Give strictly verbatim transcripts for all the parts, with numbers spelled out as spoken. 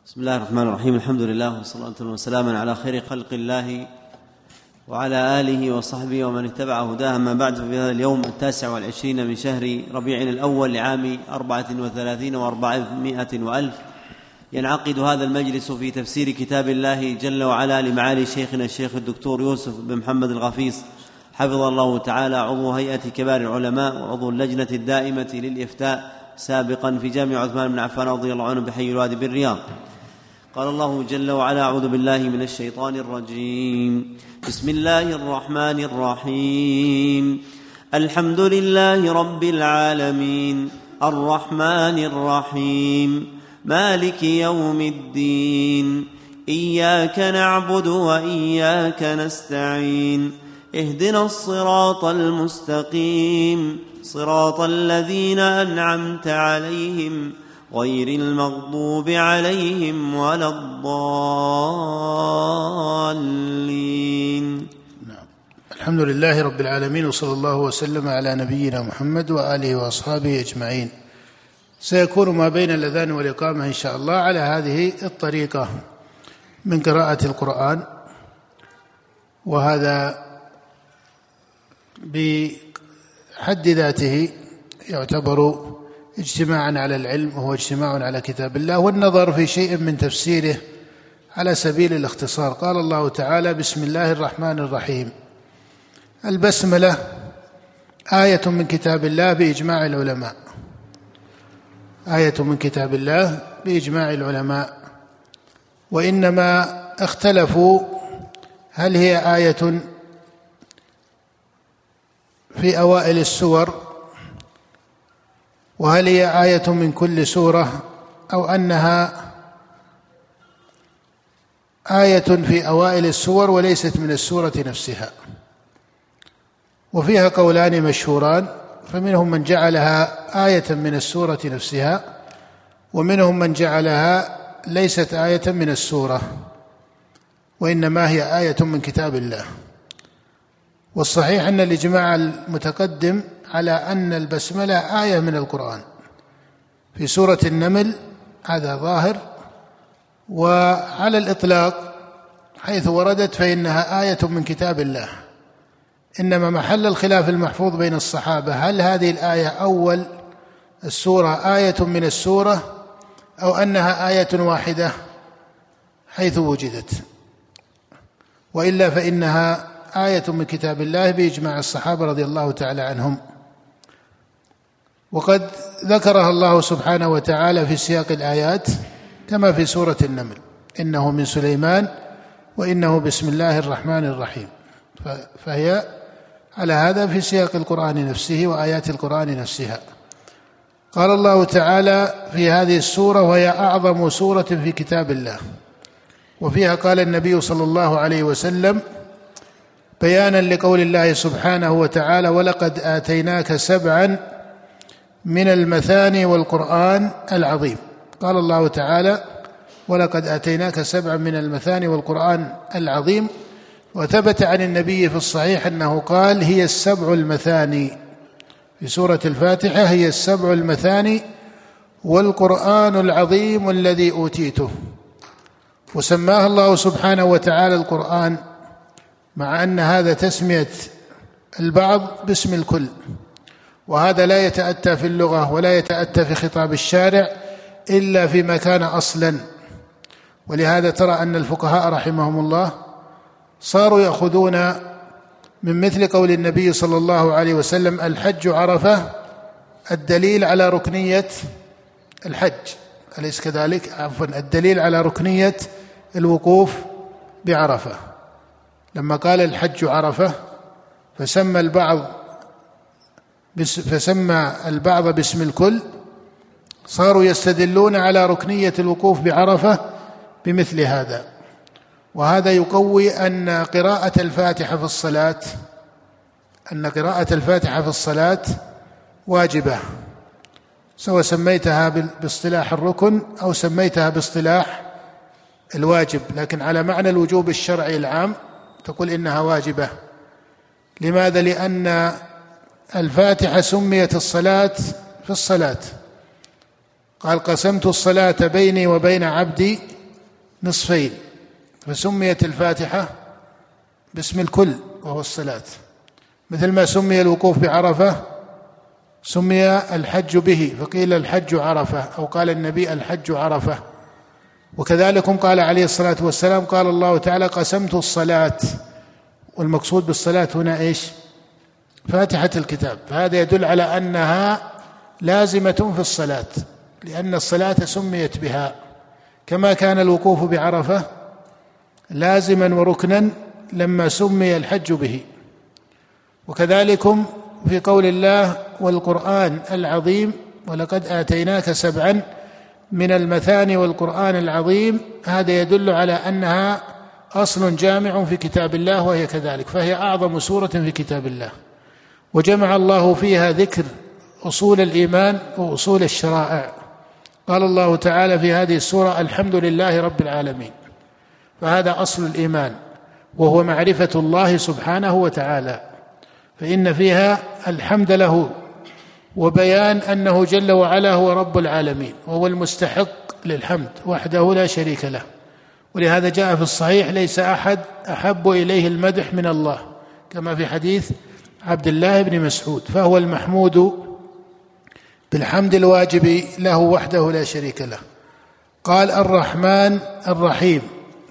بسم الله الرحمن الرحيم. الحمد لله والصلاة والسلام على خير خلق الله وعلى آله وصحبه ومن اتبع هداه. أما بعد، في هذا اليوم التاسع والعشرين من شهر ربيع الأول لعام أربعة وثلاثين وأربعمائة وألف ينعقد هذا المجلس في تفسير كتاب الله جل وعلا لمعالي شيخنا الشيخ الدكتور يوسف بن محمد الغفيص حفظه الله تعالى، عضو هيئة كبار العلماء وعضو اللجنة الدائمة للإفتاء سابقا في جامع عثمان بن عفان رضي الله عنه بحي الوادي بالرياض. قال الله جل وعلا: أعوذ بالله من الشيطان الرجيم. بسم الله الرحمن الرحيم. الحمد لله رب العالمين الرحمن الرحيم مالك يوم الدين إياك نعبد وإياك نستعين اهدنا الصراط المستقيم صراط الذين أنعمت عليهم غير المغضوب عليهم ولا الضالين. نعم. الحمد لله رب العالمين، وصلى الله وسلم على نبينا محمد وآله وأصحابه أجمعين. سيكون ما بين الأذان والإقامة إن شاء الله على هذه الطريقة من قراءة القرآن، وهذا بحد ذاته يعتبر اجتماعا على العلم، وهو اجتماع على كتاب الله، والنظر في شيء من تفسيره على سبيل الاختصار. قال الله تعالى: بسم الله الرحمن الرحيم. البسملة آية من كتاب الله بإجماع العلماء، آية من كتاب الله بإجماع العلماء، وإنما اختلفوا هل هي آية في أوائل السور، وهل هي آية من كل سورة، أو أنها آية في أوائل السور وليست من السورة نفسها. وفيها قولان مشهوران، فمنهم من جعلها آية من السورة نفسها، ومنهم من جعلها ليست آية من السورة، وإنما هي آية من كتاب الله. والصحيح أن الإجماع المتقدم على أن البسملة آية من القرآن في سورة النمل، هذا ظاهر، وعلى الإطلاق حيث وردت فإنها آية من كتاب الله. إنما محل الخلاف المحفوظ بين الصحابة هل هذه الآية أول السورة آية من السورة، أو أنها آية واحدة حيث وجدت، وإلا فإنها آية من كتاب الله بإجماع الصحابة رضي الله تعالى عنهم. وقد ذكرها الله سبحانه وتعالى في سياق الآيات كما في سورة النمل: إنه من سليمان وإنه بسم الله الرحمن الرحيم. فهي على هذا في سياق القرآن نفسه وآيات القرآن نفسها. قال الله تعالى في هذه السورة: وهي أعظم سورة في كتاب الله. وفيها قال النبي صلى الله عليه وسلم بيانا لقول الله سبحانه وتعالى: ولقد آتيناك سبعا من المثاني والقرآن العظيم. قال الله تعالى: ولقد آتيناك سبعا من المثاني والقرآن العظيم. وثبت عن النبي في الصحيح أنه قال: هي السبع المثاني في سورة الفاتحة، هي السبع المثاني والقرآن العظيم الذي أوتيته. وسماها الله سبحانه وتعالى القرآن، مع أن هذا تسمية البعض باسم الكل، وهذا لا يتأتى في اللغة ولا يتأتى في خطاب الشارع إلا فيما كان أصلا. ولهذا ترى أن الفقهاء رحمهم الله صاروا يأخذون من مثل قول النبي صلى الله عليه وسلم: الحج عرفة، الدليل على ركنية الحج، أليس كذلك؟ عفوا، الدليل على ركنية الوقوف بعرفة. لما قال الحج عرفة فسمى البعض فسمى البعض باسم الكل، صاروا يستدلون على ركنية الوقوف بعرفة بمثل هذا. وهذا يقوي أن قراءة الفاتحة في الصلاة أن قراءة الفاتحة في الصلاة واجبة، سواء سميتها باصطلاح الركن أو سميتها باصطلاح الواجب، لكن على معنى الوجوب الشرعي العام تقول إنها واجبة. لماذا؟ لأن الفاتحة سميت الصلاة في الصلاة، قال: قسمت الصلاة بيني وبين عبدي نصفين، فسميت الفاتحة باسم الكل وهو الصلاة، مثل ما سمي الوقوف بعرفة سمي الحج به، فقيل الحج عرفة، أو قال النبي الحج عرفة. وكذلك قال عليه الصلاة والسلام قال الله تعالى قسمت الصلاة، والمقصود بالصلاة هنا إيش؟ فاتحة الكتاب، فهذا يدل على أنها لازمة في الصلاة، لأن الصلاة سميت بها، كما كان الوقوف بعرفة لازما وركنا لما سمي الحج به. وكذلكم في قول الله والقرآن العظيم ولقد آتيناك سبعا من المثاني والقرآن العظيم، هذا يدل على أنها أصل جامع في كتاب الله، وهي كذلك، فهي أعظم سورة في كتاب الله، وجمع الله فيها ذكر أصول الإيمان وأصول الشرائع. قال الله تعالى في هذه السورة الحمد لله رب العالمين، فهذا أصل الإيمان وهو معرفة الله سبحانه وتعالى، فإن فيها الحمد له وبيان أنه جل وعلا هو رب العالمين وهو المستحق للحمد وحده لا شريك له. ولهذا جاء في الصحيح ليس أحد أحب إليه المدح من الله، كما في حديث عبد الله بن مسعود، فهو المحمود بالحمد الواجب له وحده لا شريك له. قال الرحمن الرحيم،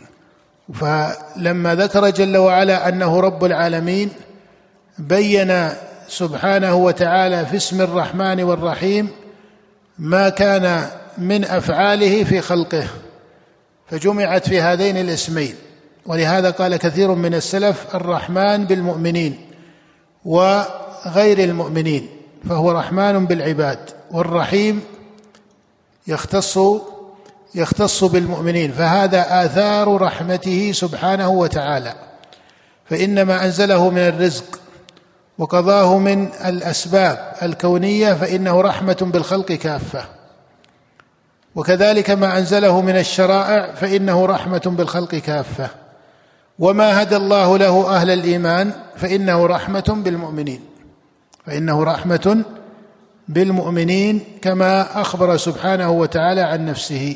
فلما ذكر جل وعلا أنه رب العالمين بين سبحانه وتعالى في اسم الرحمن والرحيم ما كان من أفعاله في خلقه، فجمعت في هذين الاسمين. ولهذا قال كثير من السلف الرحمن بالمؤمنين وغير المؤمنين، فهو رحمن بالعباد، والرحيم يختص يختص بالمؤمنين، فهذا آثار رحمته سبحانه وتعالى، فإنما أنزله من الرزق وقضاه من الأسباب الكونية فإنه رحمة بالخلق كافة، وكذلك ما أنزله من الشرائع فإنه رحمة بالخلق كافة، وما هدى الله له أهل الإيمان فإنه رحمة بالمؤمنين فإنه رحمة بالمؤمنين كما أخبر سبحانه وتعالى عن نفسه.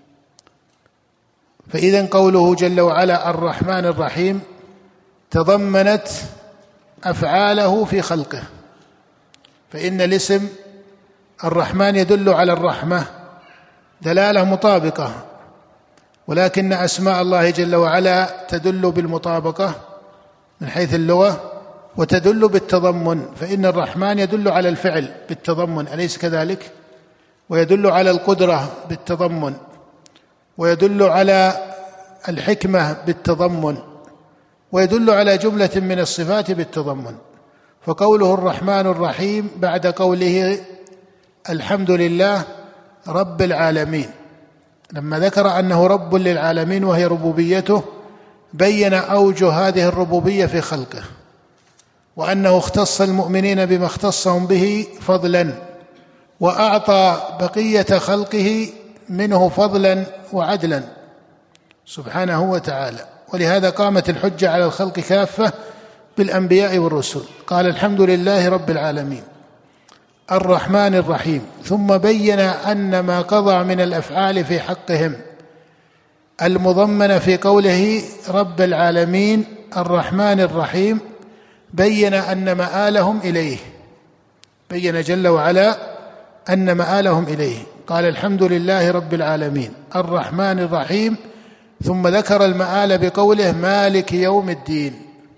فإذن قوله جل وعلا الرحمن الرحيم تضمنت أفعاله في خلقه، فإن الاسم الرحمن يدل على الرحمة دلالة مطابقة، ولكن أسماء الله جل وعلا تدل بالمطابقة من حيث اللغة وتدل بالتضمن، فإن الرحمن يدل على الفعل بالتضمن أليس كذلك؟ ويدل على القدرة بالتضمن، ويدل على الحكمة بالتضمن، ويدل على جملة من الصفات بالتضمن. فقوله الرحمن الرحيم بعد قوله الحمد لله رب العالمين، لما ذكر أنه رب للعالمين وهي ربوبيته بين أوجه هذه الربوبية في خلقه، وأنه اختص المؤمنين بما اختصهم به فضلا، وأعطى بقية خلقه منه فضلا وعدلا سبحانه وتعالى. ولهذا قامت الحجة على الخلق كافة بالأنبياء والرسل. قال الحمد لله رب العالمين الرحمن الرحيم، ثم بين أن ما قضى من الأفعال في حقهم المضمنة في قوله رب العالمين الرحمن الرحيم بين أن مآلهم إليه، بين جل وعلا أن مآلهم إليه. قال الحمد لله رب العالمين الرحمن الرحيم، ثم ذكر المآل بقوله مالك يوم الدين،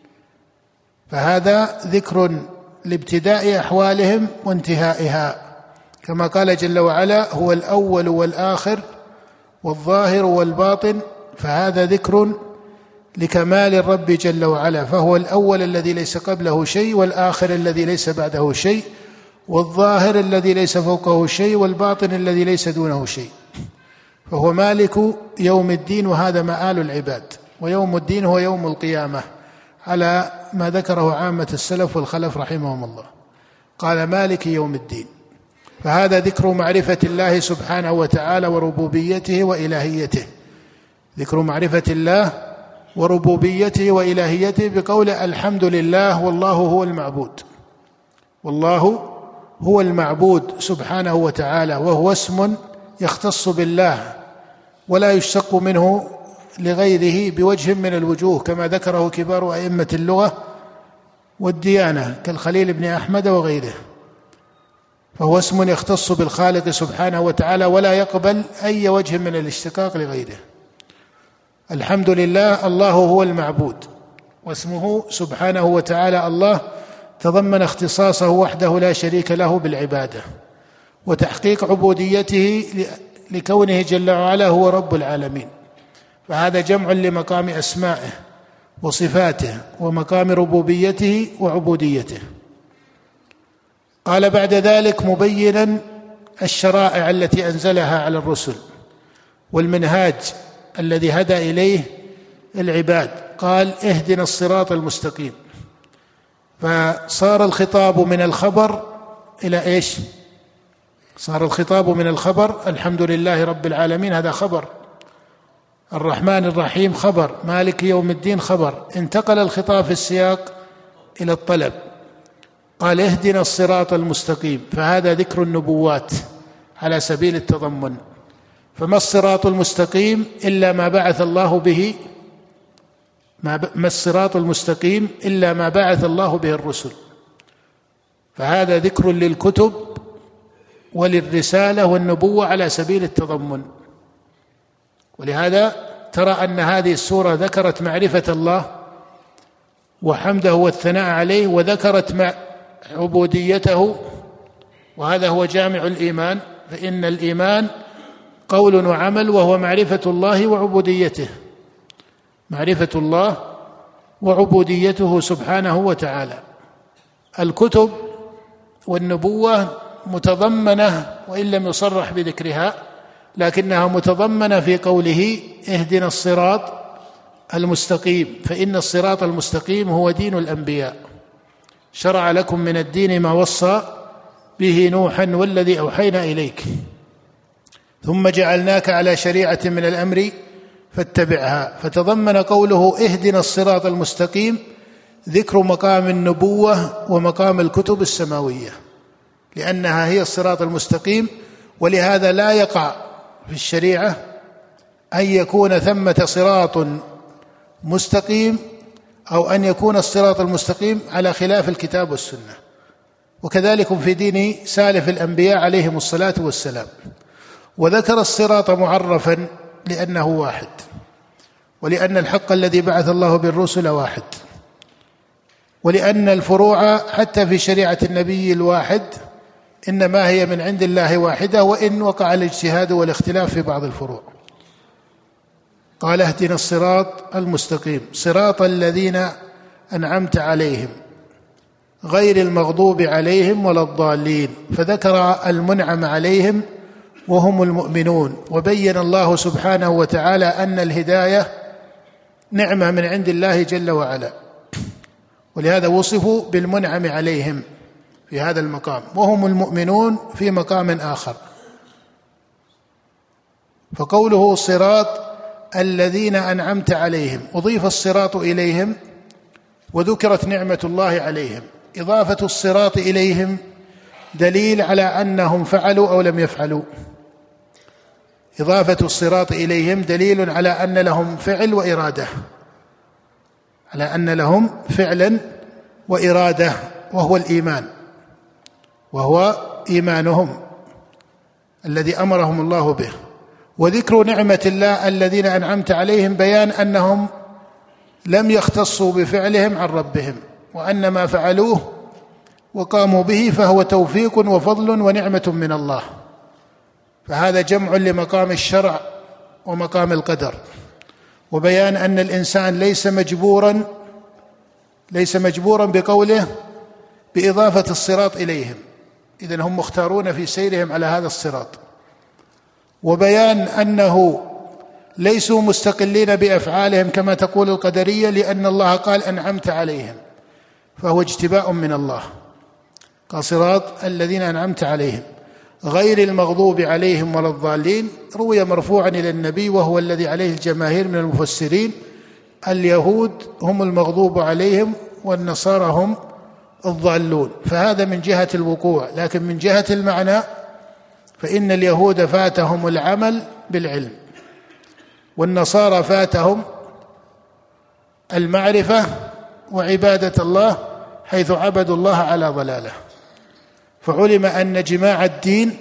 فهذا ذكر لابتداء أحوالهم وانتهائها، كما قال جل وعلا هو الأول والآخر والظاهر والباطن، فهذا ذكر لكمال الرب جل وعلا، فهو الأول الذي ليس قبله شيء، والآخر الذي ليس بعده شيء، والظاهر الذي ليس فوقه شيء، والباطن الذي ليس دونه شيء، فهو مالك يوم الدين، وهذا مآل العباد، ويوم الدين هو يوم القيامة على ما ذكره عامة السلف والخلف رحمهم الله. قال مالك يوم الدين، فهذا ذكر معرفة الله سبحانه وتعالى وربوبيته وإلهيته، ذكر معرفة الله وربوبيته وإلهيته بقول الحمد لله والله هو المعبود، والله هو المعبود سبحانه وتعالى، وهو اسم يختص بالله ولا يشتق منه لغيره بوجه من الوجوه كما ذكره كبار أئمة اللغة والديانة كالخليل بن أحمد وغيره، فهو اسم يختص بالخالق سبحانه وتعالى ولا يقبل أي وجه من الاشتقاق لغيره. الحمد لله، الله هو المعبود، واسمه سبحانه وتعالى الله تضمن اختصاصه وحده لا شريك له بالعبادة وتحقيق عبوديته لكونه جل وعلا هو رب العالمين، فهذا جمع لمقام أسمائه وصفاته ومقام ربوبيته وعبوديته. قال بعد ذلك مبينا الشرائع التي أنزلها على الرسل والمنهاج الذي هدى إليه العباد، قال اهدنا الصراط المستقيم، فصار الخطاب من الخبر إلى إيش؟ صار الخطاب من الخبر، الحمد لله رب العالمين هذا خبر، الرحمن الرحيم خبر، مالك يوم الدين خبر، انتقل الخطاب في السياق إلى الطلب، قال اهدنا الصراط المستقيم، فهذا ذكر النبوات على سبيل التضمن. فما الصراط المستقيم إلا ما بعث الله به ما الصراط المستقيم إلا ما بعث الله به الرسل، فهذا ذكر للكتب وللرسالة والنبوة على سبيل التضمن. ولهذا ترى أن هذه السورة ذكرت معرفة الله وحمده والثناء عليه، وذكرت عبوديته، وهذا هو جامع الإيمان، فإن الإيمان قول وعمل، وهو معرفة الله وعبوديته، معرفة الله وعبوديته سبحانه وتعالى. الكتب والنبوة متضمنة وإن لم يصرح بذكرها، لكنها متضمنة في قوله اهدنا الصراط المستقيم، فإن الصراط المستقيم هو دين الأنبياء، شرع لكم من الدين ما وصى به نوحا والذي أوحينا إليك ثم جعلناك على شريعة من الأمر فاتبعها. فتضمن قوله اهدنا الصراط المستقيم ذكر مقام النبوة ومقام الكتب السماوية، لأنها هي الصراط المستقيم. ولهذا لا يقع في الشريعة أن يكون ثمة صراط مستقيم أو أن يكون الصراط المستقيم على خلاف الكتاب والسنة، وكذلك في دين سالف الأنبياء عليهم الصلاة والسلام. وذكر الصراط معرفا لأنه واحد، ولأن الحق الذي بعث الله بالرسل واحد، ولأن الفروع حتى في شريعة النبي الواحد إنما هي من عند الله واحدة، وإن وقع الاجتهاد والاختلاف في بعض الفروع. قال اهدنا الصراط المستقيم صراط الذين أنعمت عليهم غير المغضوب عليهم ولا الضالين، فذكر المنعم عليهم وهم المؤمنون، وبين الله سبحانه وتعالى أن الهداية نعمة من عند الله جل وعلا، ولهذا وصفوا بالمنعم عليهم في هذا المقام، وهم المؤمنون في مقام آخر. فقوله صراط الذين أنعمت عليهم، أضيف الصراط إليهم وذكرت نعمة الله عليهم. إضافة الصراط إليهم دليل على أنهم فعلوا أو لم يفعلوا، إضافة الصراط إليهم دليل على أن لهم فعل وإرادة، على أن لهم فعلا وإرادة، وهو الإيمان، وهو إيمانهم الذي أمرهم الله به. وذكر نعمة الله الذين أنعمت عليهم بيان أنهم لم يختصوا بفعلهم عن ربهم، وأن ما فعلوه وقاموا به فهو توفيق وفضل ونعمة من الله، فهذا جمع لمقام الشرع ومقام القدر، وبيان أن الإنسان ليس مجبورا ليس مجبورا بقوله بإضافة الصراط إليهم، إذن هم مختارون في سيرهم على هذا الصراط. وبيان أنه ليسوا مستقلين بأفعالهم كما تقول القدرية، لأن الله قال أنعمت عليهم، فهو اجتباء من الله، قال صراط الذين أنعمت عليهم غير المغضوب عليهم ولا الضالين. روي مرفوعا إلى النبي وهو الذي عليه الجماهير من المفسرين، اليهود هم المغضوب عليهم والنصارى هم الضالون، فهذا من جهة الوقوع. لكن من جهة المعنى فإن اليهود فاتهم العمل بالعلم، والنصارى فاتهم المعرفة وعبادة الله حيث عبدوا الله على ضلاله. فعلم أن جماع الدين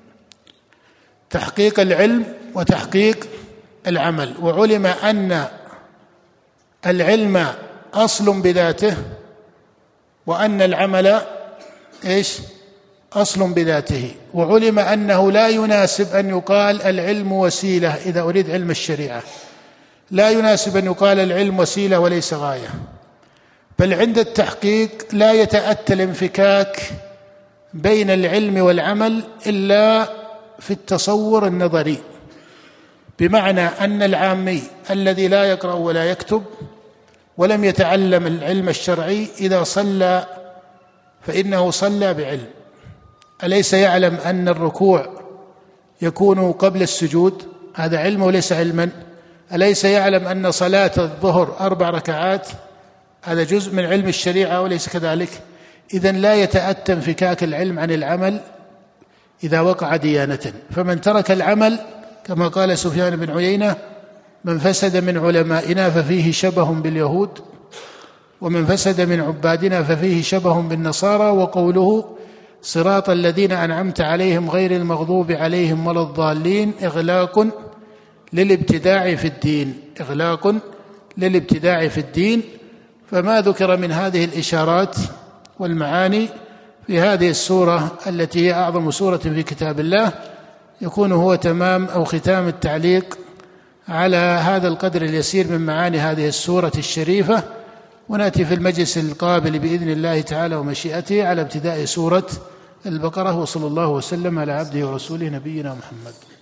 تحقيق العلم وتحقيق العمل، وعلم أن العلم أصل بذاته وأن العمل إيش؟ أصل بذاته. وعلم أنه لا يناسب أن يقال العلم وسيلة إذا أريد علم الشريعة، لا يناسب أن يقال العلم وسيلة وليس غاية، بل عند التحقيق لا يتأتى الانفكاك بين العلم والعمل إلا في التصور النظري، بمعنى أن العامي الذي لا يقرأ ولا يكتب ولم يتعلم العلم الشرعي إذا صلى فإنه صلى بعلم. أليس يعلم أن الركوع يكون قبل السجود؟ هذا علم وليس علما. أليس يعلم أن صلاة الظهر أربع ركعات؟ هذا جزء من علم الشريعة وليس كذلك. إذن لا يتأتى انفكاك العلم عن العمل إذا وقع ديانة. فمن ترك العمل كما قال سفيان بن عيينة: من فسد من علمائنا ففيه شبه باليهود، ومن فسد من عبادنا ففيه شبه بالنصارى. وقوله: صراط الذين أنعمت عليهم غير المغضوب عليهم ولا الضالين، إغلاق للابتداع في الدين، إغلاق للابتداع في الدين. فما ذكر من هذه الإشارات والمعاني في هذه السورة التي هي أعظم سورة في كتاب الله يكون هو تمام أو ختام التعليق على هذا القدر اليسير من معاني هذه السورة الشريفة. ونأتي في المجلس القابل بإذن الله تعالى ومشيئته على ابتداء سورة البقرة. وصلى الله وسلم على عبده ورسوله نبينا محمد.